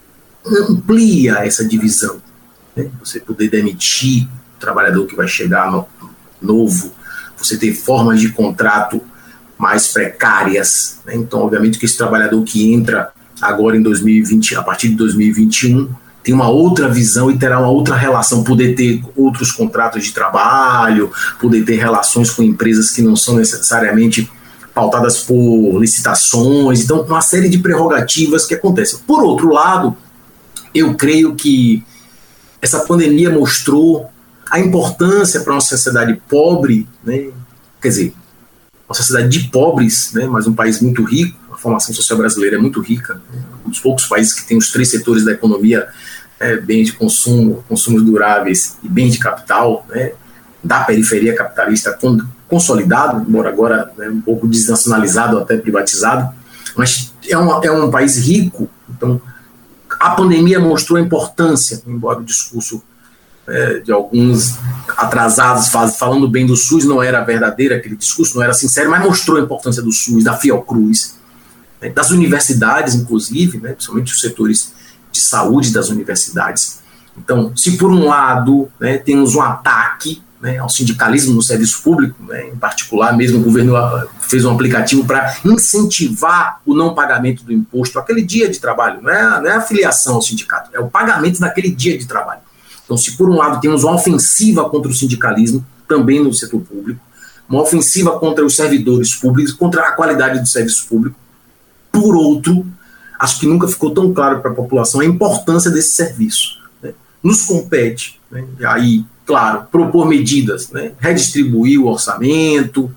amplia essa divisão. Você poder demitir o trabalhador que vai chegar no, novo, você ter formas de contrato mais precárias. Né? Então, obviamente, que esse trabalhador que entra agora em dois mil e vinte, a partir de dois mil e vinte e um, tem uma outra visão e terá uma outra relação, poder ter outros contratos de trabalho, poder ter relações com empresas que não são necessariamente pautadas por licitações. Então, uma série de prerrogativas que acontecem. Por outro lado, eu creio que essa pandemia mostrou a importância para uma sociedade pobre, né? Quer dizer, uma sociedade de pobres, né? Mas um país muito rico, a formação social brasileira é muito rica, né? Um dos poucos países que tem os três setores da economia, né? Bens de consumo, consumos duráveis e bens de capital, né? Da periferia capitalista consolidado, embora agora, né, um pouco desnacionalizado, até privatizado, mas é, uma, é um país rico. Então, a pandemia mostrou a importância, embora o discurso é, de alguns atrasados faz, falando bem do SUS não era verdadeiro, aquele discurso não era sincero, mas mostrou a importância do SUS, da Fiocruz, né, das universidades, inclusive, né, principalmente os setores de saúde das universidades. Então, se por um lado, né, temos um ataque, né, ao sindicalismo no serviço público, né, em particular, mesmo o governo fez um aplicativo para incentivar o não pagamento do imposto, aquele dia de trabalho, não é, não é a filiação ao sindicato, é o pagamento daquele dia de trabalho. Então, se por um lado temos uma ofensiva contra o sindicalismo, também no setor público, uma ofensiva contra os servidores públicos, contra a qualidade do serviço público, por outro, acho que nunca ficou tão claro para a população a importância desse serviço. Né? Nos compete, né, e aí, claro, propor medidas, né, redistribuir o orçamento,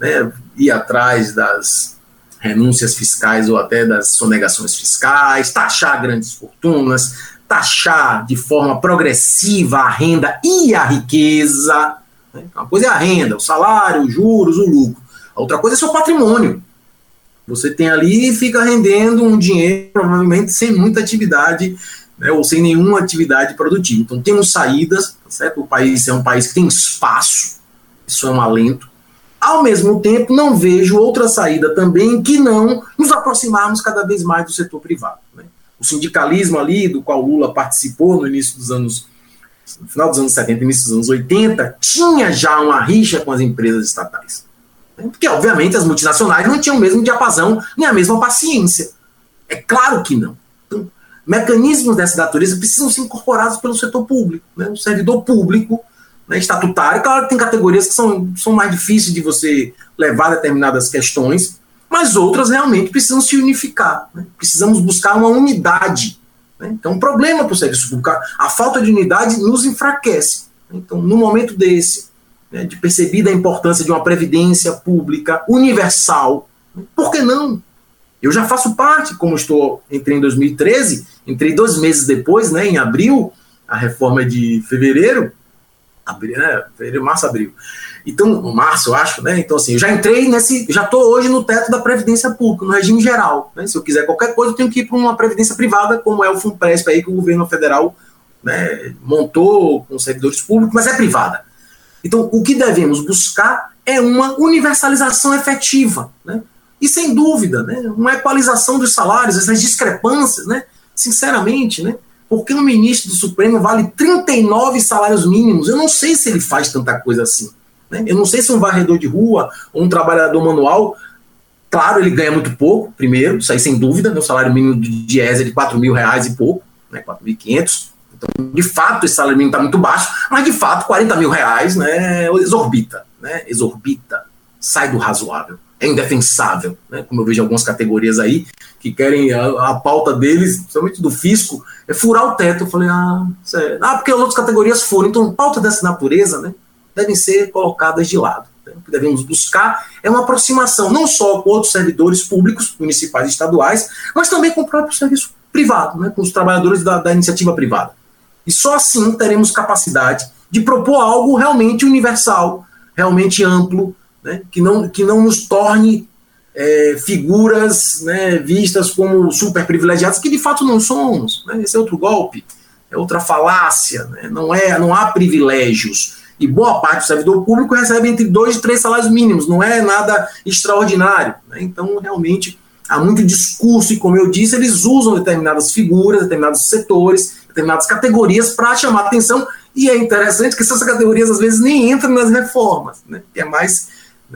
né, ir atrás das renúncias fiscais ou até das sonegações fiscais, taxar grandes fortunas, taxar de forma progressiva a renda e a riqueza. Né? Uma coisa é a renda, o salário, os juros, o lucro. A outra coisa é seu patrimônio. Você tem ali e fica rendendo um dinheiro, provavelmente sem muita atividade, né, ou sem nenhuma atividade produtiva. Então temos saídas, certo? O país é um país que tem espaço, isso é um alento. Ao mesmo tempo, não vejo outra saída também que não nos aproximarmos cada vez mais do setor privado. Né? O sindicalismo ali, do qual Lula participou no início dos anos, no final dos anos setenta, início dos anos oitenta, tinha já uma rixa com as empresas estatais. Né? Porque, obviamente, as multinacionais não tinham o mesmo diapasão, nem a mesma paciência. É claro que não. Então, mecanismos dessa natureza precisam ser incorporados pelo setor público. Né? O servidor público, né, estatutário, claro que tem categorias que são, são mais difíceis de você levar determinadas questões, mas outras realmente precisam se unificar. Né? Precisamos buscar uma unidade. Né? Então, um problema para o serviço público, a falta de unidade nos enfraquece. Então, no momento desse, né, de percebida a importância de uma previdência pública universal, né, por que não? Eu já faço parte, como estou, entrei em dois mil e treze, entrei dois meses depois, né, em abril, a reforma é de fevereiro, abril, né, fevereiro, março, abril. Então, março, eu acho, né, então assim, eu já entrei nesse, já estou hoje no teto da Previdência Pública, no regime geral, né, se eu quiser qualquer coisa, eu tenho que ir para uma Previdência Privada, como é o FUNPRESP aí, que o governo federal, né, montou com servidores públicos, mas é privada. Então, o que devemos buscar é uma universalização efetiva, né, e sem dúvida, né, uma equalização dos salários, essas discrepâncias, né, sinceramente, né, porque um ministro do Supremo vale trinta e nove salários mínimos, eu não sei se ele faz tanta coisa assim, né, eu não sei se um varredor de rua ou um trabalhador manual, claro, ele ganha muito pouco, primeiro, isso aí sem dúvida, né, o salário mínimo de Diese é de quatro mil reais e pouco, né, quatro mil e quinhentos, então, de fato, esse salário mínimo está muito baixo, mas de fato, quarenta mil reais, né, exorbita, né, exorbita, sai do razoável. É indefensável, né? Como eu vejo algumas categorias aí que querem, a, a pauta deles, principalmente do fisco, é furar o teto. Eu falei, ah, sério. Ah, porque as outras categorias foram. Então, pautas dessa natureza, né, devem ser colocadas de lado. Né? O que devemos buscar é uma aproximação, não só com outros servidores públicos, municipais e estaduais, mas também com o próprio serviço privado, né? Com os trabalhadores da, da iniciativa privada. E só assim teremos capacidade de propor algo realmente universal, realmente amplo, né, que, não, que não nos torne é, figuras, né, vistas como super privilegiadas, que de fato não somos. Né, esse é outro golpe, é outra falácia. Né, não, é, não há privilégios. E boa parte do servidor público recebe entre dois e três salários mínimos, não é nada extraordinário. Né, então, realmente, há muito discurso, e como eu disse, eles usam determinadas figuras, determinados setores, determinadas categorias para chamar atenção, e é interessante que essas categorias às vezes nem entram nas reformas, né, que é mais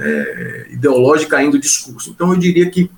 É, ideológica ainda o discurso. Então eu diria que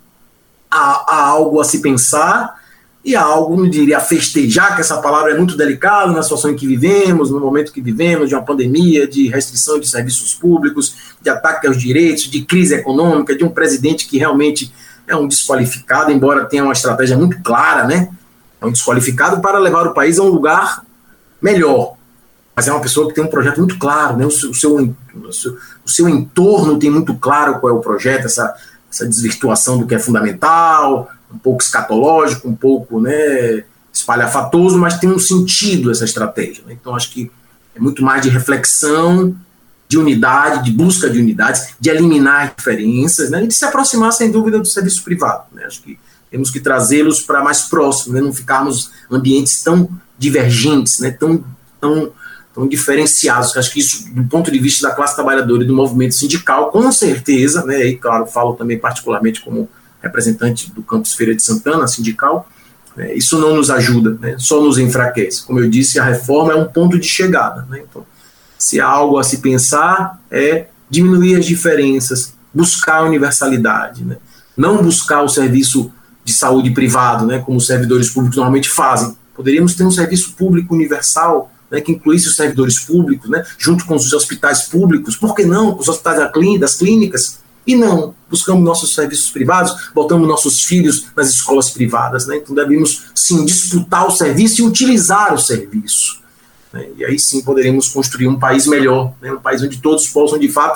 há, há algo a se pensar e há algo, não diria a festejar, que essa palavra é muito delicada na situação em que vivemos, no momento que vivemos, de uma pandemia, de restrição de serviços públicos, de ataque aos direitos, de crise econômica, de um presidente que realmente é um desqualificado, embora tenha uma estratégia muito clara, né? É um desqualificado para levar o país a um lugar melhor. Mas é uma pessoa que tem um projeto muito claro, né? o, seu, o, seu, o, seu, o seu entorno tem muito claro qual é o projeto, essa, essa desvirtuação do que é fundamental, um pouco escatológico, um pouco, né, espalhafatoso, mas tem um sentido essa estratégia. Né? Então, acho que é muito mais de reflexão, de unidade, de busca de unidades, de eliminar diferenças, né? E de se aproximar, sem dúvida, do serviço privado. Né? Acho que temos que trazê-los para mais próximo, né? Não ficarmos ambientes tão divergentes, né? tão, tão tão diferenciados. Acho que isso, do ponto de vista da classe trabalhadora e do movimento sindical, com certeza, né, e claro, falo também particularmente como representante do Campus Feira de Santana, sindical, né, isso não nos ajuda, né, só nos enfraquece. Como eu disse, a reforma é um ponto de chegada. Né, então, se há algo a se pensar, é diminuir as diferenças, buscar a universalidade, né, não buscar o serviço de saúde privado, né, como os servidores públicos normalmente fazem. Poderíamos ter um serviço público universal, né, que incluísse os servidores públicos, né, junto com os hospitais públicos, por que não, os hospitais das clínicas, e não, buscamos nossos serviços privados, botamos nossos filhos nas escolas privadas, né, então devemos sim disputar o serviço e utilizar o serviço, né, e aí sim poderemos construir um país melhor, né, um país onde todos possam de fato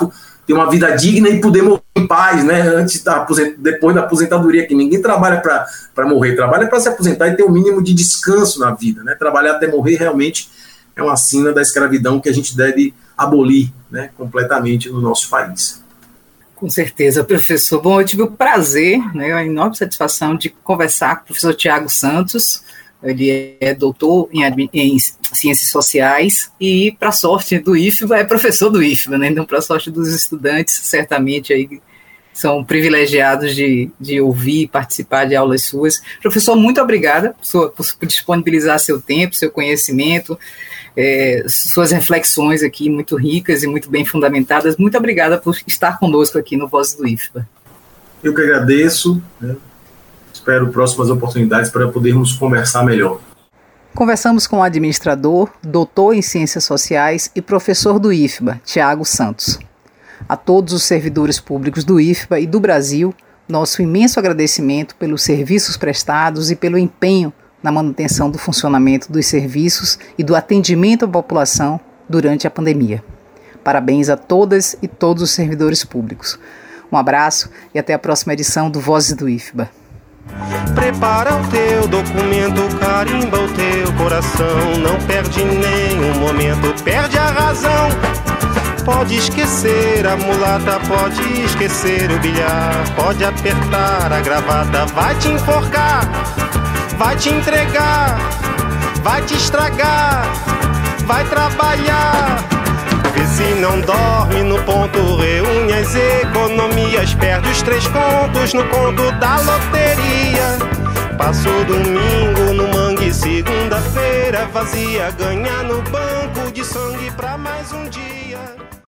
ter uma vida digna e poder morrer em paz, né? Antes da aposent... Depois da aposentadoria, que ninguém trabalha para morrer, trabalha para se aposentar e ter o um mínimo de descanso na vida, né? Trabalhar até morrer realmente é uma sina da escravidão que a gente deve abolir, né, completamente no nosso país. Com certeza, professor. Bom, eu tive o prazer, né, a enorme satisfação de conversar com o professor Tiago Santos. Ele é doutor em, em Ciências Sociais e, para sorte do I F B A, é professor do I F B A, né? Então, para sorte dos estudantes, certamente aí são privilegiados de, de ouvir e participar de aulas suas. Professor, muito obrigada por, por disponibilizar seu tempo, seu conhecimento, é, suas reflexões aqui muito ricas e muito bem fundamentadas. Muito obrigada por estar conosco aqui no Voz do I F B A. Eu que agradeço, né? Espero próximas oportunidades para podermos conversar melhor. Conversamos com o administrador, doutor em Ciências Sociais e professor do I F B A, Tiago Santos. A todos os servidores públicos do I F B A e do Brasil, nosso imenso agradecimento pelos serviços prestados e pelo empenho na manutenção do funcionamento dos serviços e do atendimento à população durante a pandemia. Parabéns a todas e todos os servidores públicos. Um abraço e até a próxima edição do Vozes do I F B A. Prepara o teu documento, carimba o teu coração. Não perde nenhum momento, perde a razão. Pode esquecer a mulata, pode esquecer o bilhar. Pode apertar a gravata, vai te enforcar. Vai te entregar, vai te estragar. Vai trabalhar. Vê se não dorme no ponto, reúne as economias, perde os três contos no conto da loteria. Passa o domingo no mangue, segunda-feira vazia, ganha no banco de sangue pra mais um dia.